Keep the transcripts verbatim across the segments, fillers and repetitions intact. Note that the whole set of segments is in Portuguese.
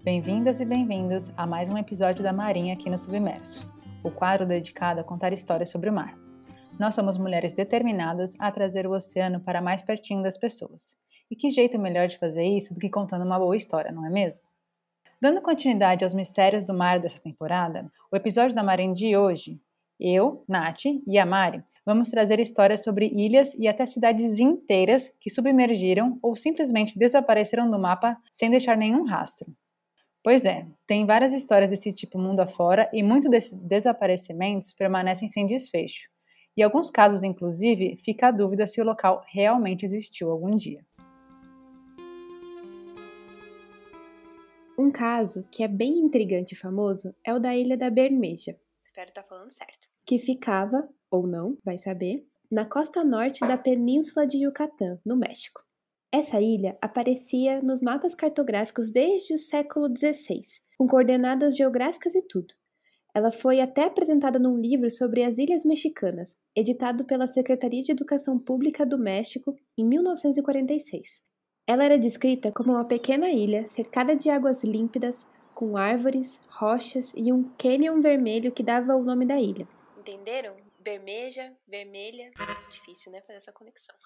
Bem-vindas e bem-vindos a mais um episódio da Marinha aqui no Submerso, o quadro dedicado a contar histórias sobre o mar. Nós somos mulheres determinadas a trazer o oceano para mais pertinho das pessoas. E que jeito melhor de fazer isso do que contando uma boa história, não é mesmo? Dando continuidade aos mistérios do mar dessa temporada, o episódio da Marinha de hoje, eu, Nath e a Mari, vamos trazer histórias sobre ilhas e até cidades inteiras que submergiram ou simplesmente desapareceram do mapa sem deixar nenhum rastro. Pois é, tem várias histórias desse tipo mundo afora e muitos desses desaparecimentos permanecem sem desfecho. Em alguns casos, inclusive, fica a dúvida se o local realmente existiu algum dia. Um caso que é bem intrigante e famoso é o da Ilha da Bermeja, espero estar falando certo, que ficava, ou não, vai saber, na costa norte da Península de Yucatán, no México. Essa ilha aparecia nos mapas cartográficos desde o século dezesseis, com coordenadas geográficas e tudo. Ela foi até apresentada num livro sobre as Ilhas Mexicanas, editado pela Secretaria de Educação Pública do México em mil novecentos e quarenta e seis. Ela era descrita como uma pequena ilha cercada de águas límpidas, com árvores, rochas e um cânion vermelho que dava o nome da ilha. Entenderam? Bermeja, vermelha. Difícil, né, fazer essa conexão.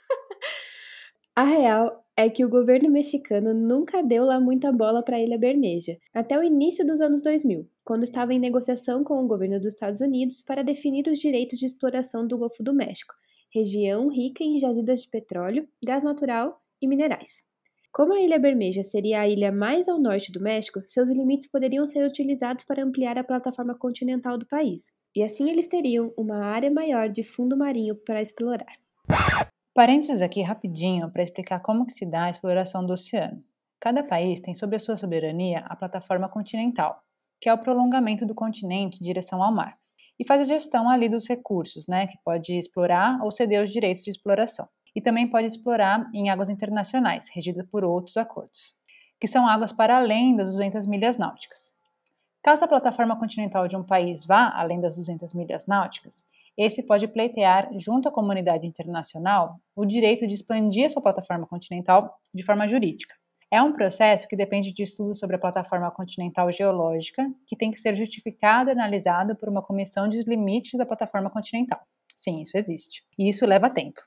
A real é que o governo mexicano nunca deu lá muita bola para a Ilha Bermeja, até o início dos anos dois mil, quando estava em negociação com o governo dos Estados Unidos para definir os direitos de exploração do Golfo do México, região rica em jazidas de petróleo, gás natural e minerais. Como a Ilha Bermeja seria a ilha mais ao norte do México, seus limites poderiam ser utilizados para ampliar a plataforma continental do país, e assim eles teriam uma área maior de fundo marinho para explorar. Parênteses aqui rapidinho para explicar como que se dá a exploração do oceano. Cada país tem sob a sua soberania a plataforma continental, que é o prolongamento do continente em direção ao mar, e faz a gestão ali dos recursos, né, que pode explorar ou ceder os direitos de exploração. E também pode explorar em águas internacionais, regidas por outros acordos, que são águas para além das duzentas milhas náuticas. Caso a plataforma continental de um país vá além das duzentas milhas náuticas, esse pode pleitear, junto à comunidade internacional, o direito de expandir a sua plataforma continental de forma jurídica. É um processo que depende de estudos sobre a plataforma continental geológica, que tem que ser justificado e analisado por uma comissão de limites da plataforma continental. Sim, isso existe. E isso leva tempo.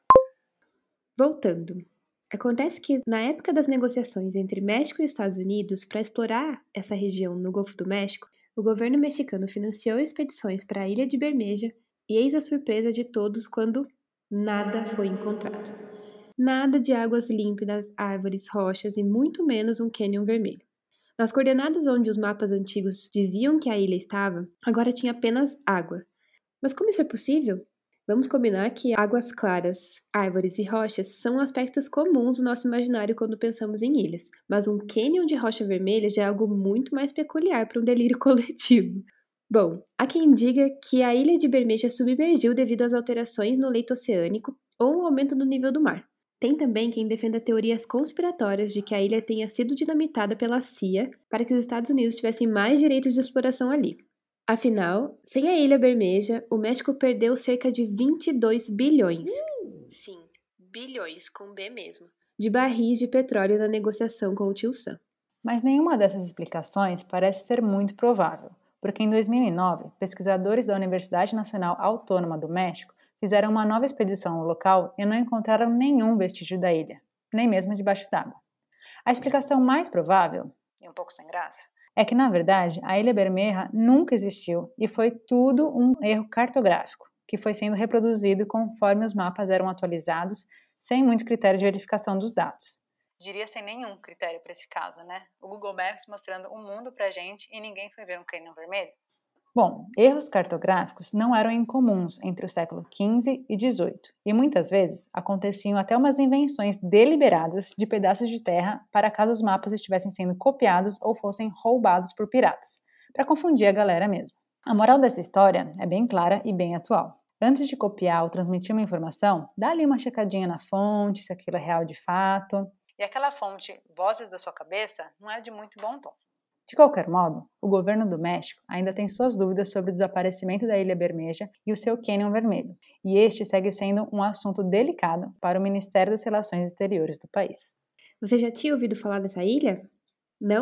Voltando. Acontece que, na época das negociações entre México e Estados Unidos para explorar essa região no Golfo do México, o governo mexicano financiou expedições para a Ilha de Bermeja e eis a surpresa de todos quando nada foi encontrado. Nada de águas límpidas, árvores, rochas e muito menos um cânion vermelho. Nas coordenadas onde os mapas antigos diziam que a ilha estava, agora tinha apenas água. Mas como isso é possível? Vamos combinar que águas claras, árvores e rochas são aspectos comuns no nosso imaginário quando pensamos em ilhas, mas um cânion de rocha vermelha já é algo muito mais peculiar para um delírio coletivo. Bom, há quem diga que a ilha de Bermeja submergiu devido às alterações no leito oceânico ou um aumento no nível do mar. Tem também quem defenda teorias conspiratórias de que a ilha tenha sido dinamitada pela C I A para que os Estados Unidos tivessem mais direitos de exploração ali. Afinal, sem a Ilha Bermeja, o México perdeu cerca de vinte e dois bilhões. Uh! Sim, bilhões com B mesmo. De barris de petróleo na negociação com o tio Sam. Mas nenhuma dessas explicações parece ser muito provável, porque em dois mil e nove, pesquisadores da Universidade Nacional Autônoma do México fizeram uma nova expedição ao local e não encontraram nenhum vestígio da ilha, nem mesmo debaixo d'água. A explicação mais provável, e um pouco sem graça, é que, na verdade, a Ilha Bermeja nunca existiu e foi tudo um erro cartográfico, que foi sendo reproduzido conforme os mapas eram atualizados, sem muito critério de verificação dos dados. Diria sem nenhum critério para esse caso, né? O Google Maps mostrando o mundo pra gente e ninguém foi ver um cânion vermelho. Bom, erros cartográficos não eram incomuns entre o século quinze e dezoito, e muitas vezes aconteciam até umas invenções deliberadas de pedaços de terra para caso os mapas estivessem sendo copiados ou fossem roubados por piratas, para confundir a galera mesmo. A moral dessa história é bem clara e bem atual. Antes de copiar ou transmitir uma informação, dá ali uma checadinha na fonte, se aquilo é real de fato. E aquela fonte, vozes da sua cabeça, não é de muito bom tom. De qualquer modo, o governo do México ainda tem suas dúvidas sobre o desaparecimento da Ilha Bermeja e o seu cânion vermelho, e este segue sendo um assunto delicado para o Ministério das Relações Exteriores do país. Você já tinha ouvido falar dessa ilha? Não?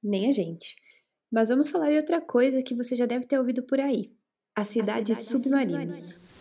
Nem a gente. Mas vamos falar de outra coisa que você já deve ter ouvido por aí. As cidades, cidades submarinas. submarinas.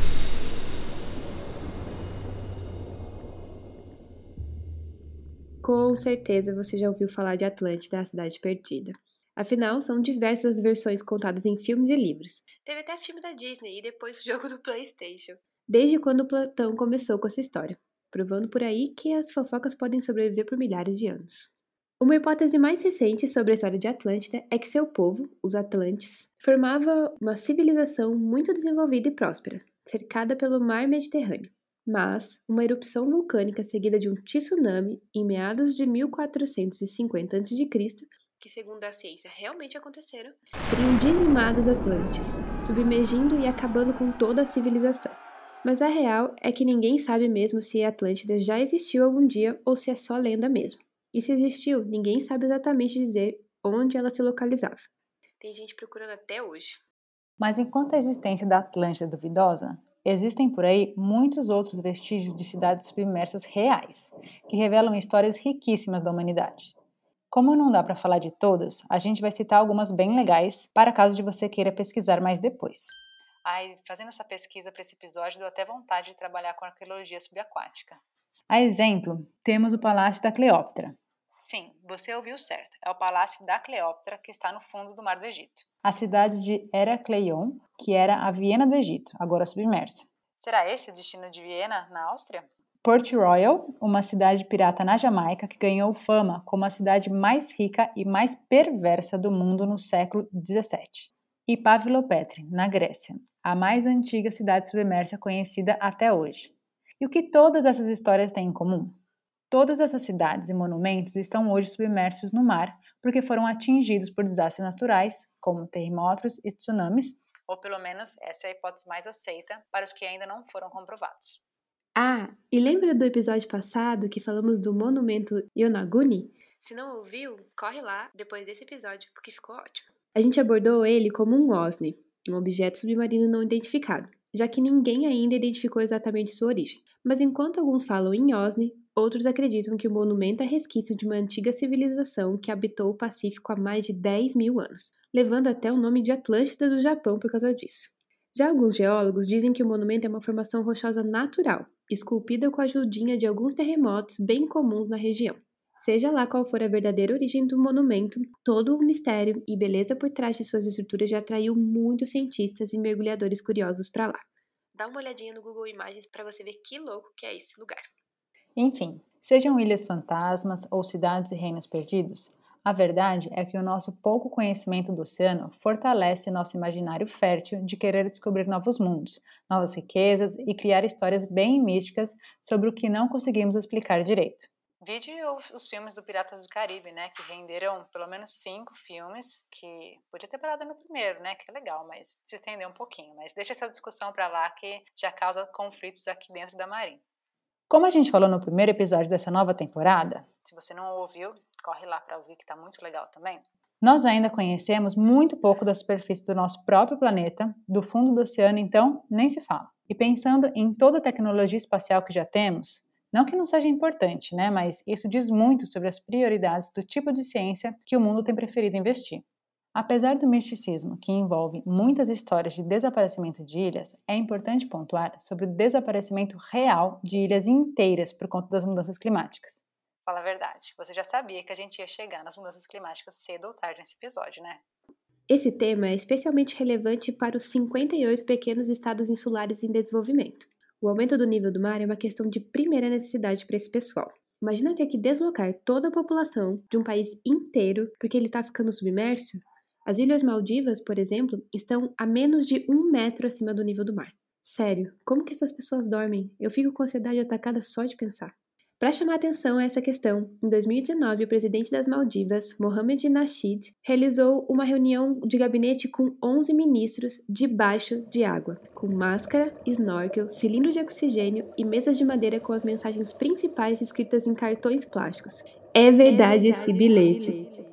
Com certeza você já ouviu falar de Atlântida, a cidade perdida. Afinal, são diversas as versões contadas em filmes e livros. Teve até filme da Disney e depois o jogo do PlayStation. Desde quando o Platão começou com essa história, provando por aí que as fofocas podem sobreviver por milhares de anos. Uma hipótese mais recente sobre a história de Atlântida é que seu povo, os Atlantes, formava uma civilização muito desenvolvida e próspera, cercada pelo mar Mediterrâneo. Mas uma erupção vulcânica seguida de um tsunami em meados de mil quatrocentos e cinquenta antes de Cristo, que segundo a ciência realmente aconteceram, teriam dizimado os Atlantes, submergindo e acabando com toda a civilização. Mas a real é que ninguém sabe mesmo se a Atlântida já existiu algum dia ou se é só lenda mesmo. E se existiu, ninguém sabe exatamente dizer onde ela se localizava. Tem gente procurando até hoje. Mas enquanto a existência da Atlântida é duvidosa, existem por aí muitos outros vestígios de cidades submersas reais, que revelam histórias riquíssimas da humanidade. Como não dá para falar de todas, a gente vai citar algumas bem legais para caso de você queira pesquisar mais depois. Ai, fazendo essa pesquisa para esse episódio, deu até vontade de trabalhar com arqueologia subaquática. A exemplo, temos o Palácio da Cleópatra. Sim, você ouviu certo, é o Palácio da Cleópatra que está no fundo do Mar do Egito. A cidade de Heracleion, que era a Viena do Egito, agora submersa. Será esse o destino de Viena, na Áustria? Port Royal, uma cidade pirata na Jamaica que ganhou fama como a cidade mais rica e mais perversa do mundo no século dezessete. E Pavlopetri, na Grécia, a mais antiga cidade submersa conhecida até hoje. E o que todas essas histórias têm em comum? Todas essas cidades e monumentos estão hoje submersos no mar porque foram atingidos por desastres naturais, como terremotos e tsunamis, ou pelo menos essa é a hipótese mais aceita para os que ainda não foram comprovados. Ah, e lembra do episódio passado que falamos do monumento Yonaguni? Se não ouviu, corre lá depois desse episódio porque ficou ótimo. A gente abordou ele como um OSNI, um objeto submarino não identificado, já que ninguém ainda identificou exatamente sua origem. Mas enquanto alguns falam em OSNI, outros acreditam que o monumento é resquício de uma antiga civilização que habitou o Pacífico há mais de dez mil anos, levando até o nome de Atlântida do Japão por causa disso. Já alguns geólogos dizem que o monumento é uma formação rochosa natural, esculpida com a ajudinha de alguns terremotos bem comuns na região. Seja lá qual for a verdadeira origem do monumento, todo o mistério e beleza por trás de suas estruturas já atraiu muitos cientistas e mergulhadores curiosos para lá. Dá uma olhadinha no Google Imagens para você ver que louco que é esse lugar. Enfim, sejam ilhas fantasmas ou cidades e reinos perdidos, a verdade é que o nosso pouco conhecimento do oceano fortalece nosso imaginário fértil de querer descobrir novos mundos, novas riquezas e criar histórias bem místicas sobre o que não conseguimos explicar direito. Vide os filmes do Piratas do Caribe, né, que renderam pelo menos cinco filmes, que podia ter parado no primeiro, né, que é legal, mas se estender um pouquinho. Mas deixa essa discussão para lá que já causa conflitos aqui dentro da Marinha. Como a gente falou no primeiro episódio dessa nova temporada, se você não ouviu, corre lá para ouvir que está muito legal também. Nós ainda conhecemos muito pouco da superfície do nosso próprio planeta, do fundo do oceano, então nem se fala. E pensando em toda a tecnologia espacial que já temos, não que não seja importante, né? Mas isso diz muito sobre as prioridades do tipo de ciência que o mundo tem preferido investir. Apesar do misticismo, que envolve muitas histórias de desaparecimento de ilhas, é importante pontuar sobre o desaparecimento real de ilhas inteiras por conta das mudanças climáticas. Fala a verdade, você já sabia que a gente ia chegar nas mudanças climáticas cedo ou tarde nesse episódio, né? Esse tema é especialmente relevante para os cinquenta e oito pequenos estados insulares em desenvolvimento. O aumento do nível do mar é uma questão de primeira necessidade para esse pessoal. Imagina ter que deslocar toda a população de um país inteiro porque ele está ficando submerso. As Ilhas Maldivas, por exemplo, estão a menos de um metro acima do nível do mar. Sério, como que essas pessoas dormem? Eu fico com ansiedade atacada só de pensar. Para chamar atenção a essa questão, em dois mil e dezenove, o presidente das Maldivas, Mohamed Nasheed, realizou uma reunião de gabinete com onze ministros debaixo de água, com máscara, snorkel, cilindro de oxigênio e mesas de madeira com as mensagens principais escritas em cartões plásticos. É verdade, é verdade esse bilhete. bilhete.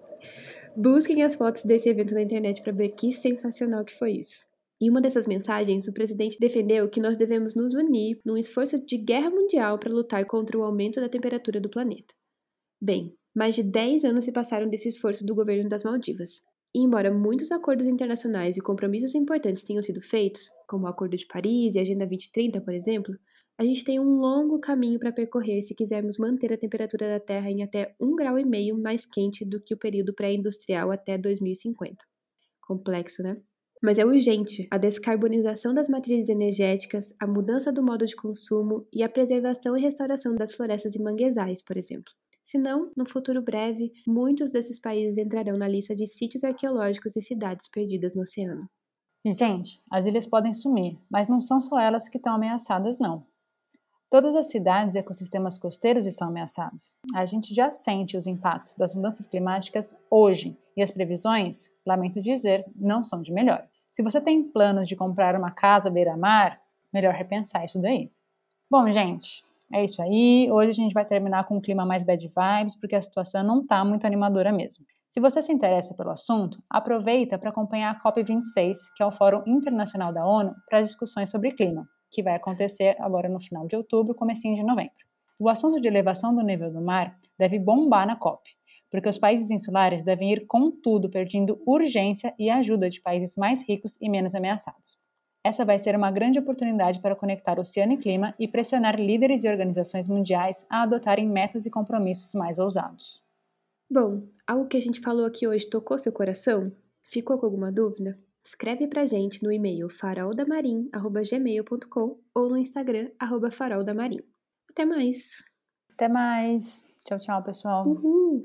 Busquem as fotos desse evento na internet para ver que sensacional que foi isso. Em uma dessas mensagens, o presidente defendeu que nós devemos nos unir num esforço de guerra mundial para lutar contra o aumento da temperatura do planeta. Bem, Mais de dez anos se passaram desse esforço do governo das Maldivas. E embora muitos acordos internacionais e compromissos importantes tenham sido feitos, como o Acordo de Paris e a Agenda vinte trinta, por exemplo, a gente tem um longo caminho para percorrer se quisermos manter a temperatura da Terra em até um grau e meio mais quente do que o período pré-industrial até dois mil e cinquenta. Complexo, né? Mas é urgente a descarbonização das matrizes energéticas, a mudança do modo de consumo e a preservação e restauração das florestas e manguezais, por exemplo. Senão, no futuro breve, muitos desses países entrarão na lista de sítios arqueológicos e cidades perdidas no oceano. E, gente, as ilhas podem sumir, mas não são só elas que estão ameaçadas, não. Todas as cidades e ecossistemas costeiros estão ameaçados. A gente já sente os impactos das mudanças climáticas hoje, e as previsões, lamento dizer, não são de melhor. Se você tem planos de comprar uma casa à beira-mar, melhor repensar isso daí. Bom, gente, é isso aí. Hoje a gente vai terminar com um clima mais bad vibes, porque a situação não está muito animadora mesmo. Se você se interessa pelo assunto, aproveita para acompanhar a COP vinte e seis, que é o Fórum Internacional da ONU para as discussões sobre clima, que vai acontecer agora no final de outubro, comecinho de novembro. O assunto de elevação do nível do mar deve bombar na COP, porque os países insulares devem ir com tudo, pedindo urgência e ajuda de países mais ricos e menos ameaçados. Essa vai ser uma grande oportunidade para conectar oceano e clima e pressionar líderes e organizações mundiais a adotarem metas e compromissos mais ousados. Bom, algo que a gente falou aqui hoje tocou seu coração? Ficou com alguma dúvida? Escreve pra gente no e-mail faroldamarim arroba gmail ponto com ou no Instagram, arroba faroldamarim. Até mais! Até mais! Tchau, tchau, pessoal! Uhul!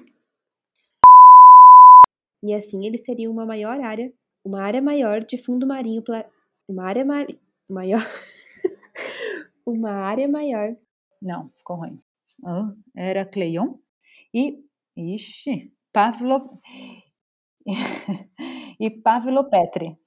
E assim eles teriam uma maior área, uma área maior de fundo marinho, pla... uma área mari... maior, uma área maior. Não, ficou ruim. Ah, era Cleion e, ixi, Pavlo e Pavlo Petri.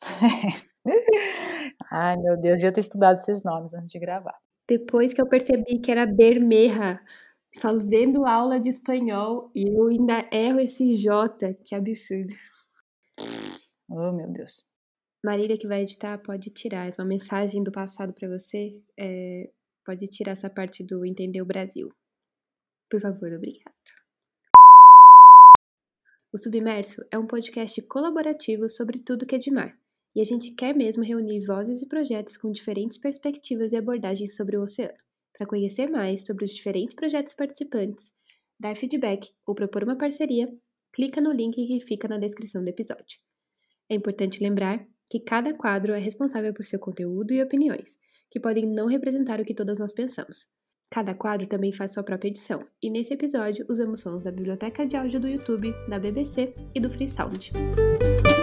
Ai, meu Deus, devia ter estudado esses nomes antes de gravar. Depois que eu percebi que era Bermeja, fazendo aula de espanhol, e eu ainda erro esse J, que absurdo. Oh, meu Deus. Marília, que vai editar, pode tirar. É uma mensagem do passado para você. É, pode tirar essa parte do Entender o Brasil. Por favor, obrigada. O Submerso é um podcast colaborativo sobre tudo que é de mar. E a gente quer mesmo reunir vozes e projetos com diferentes perspectivas e abordagens sobre o oceano. Para conhecer mais sobre os diferentes projetos participantes, dar feedback ou propor uma parceria, clica no link que fica na descrição do episódio. É importante lembrar que cada quadro é responsável por seu conteúdo e opiniões, que podem não representar o que todas nós pensamos. Cada quadro também faz sua própria edição, e nesse episódio usamos sons da biblioteca de áudio do YouTube, da B B C e do Freesound.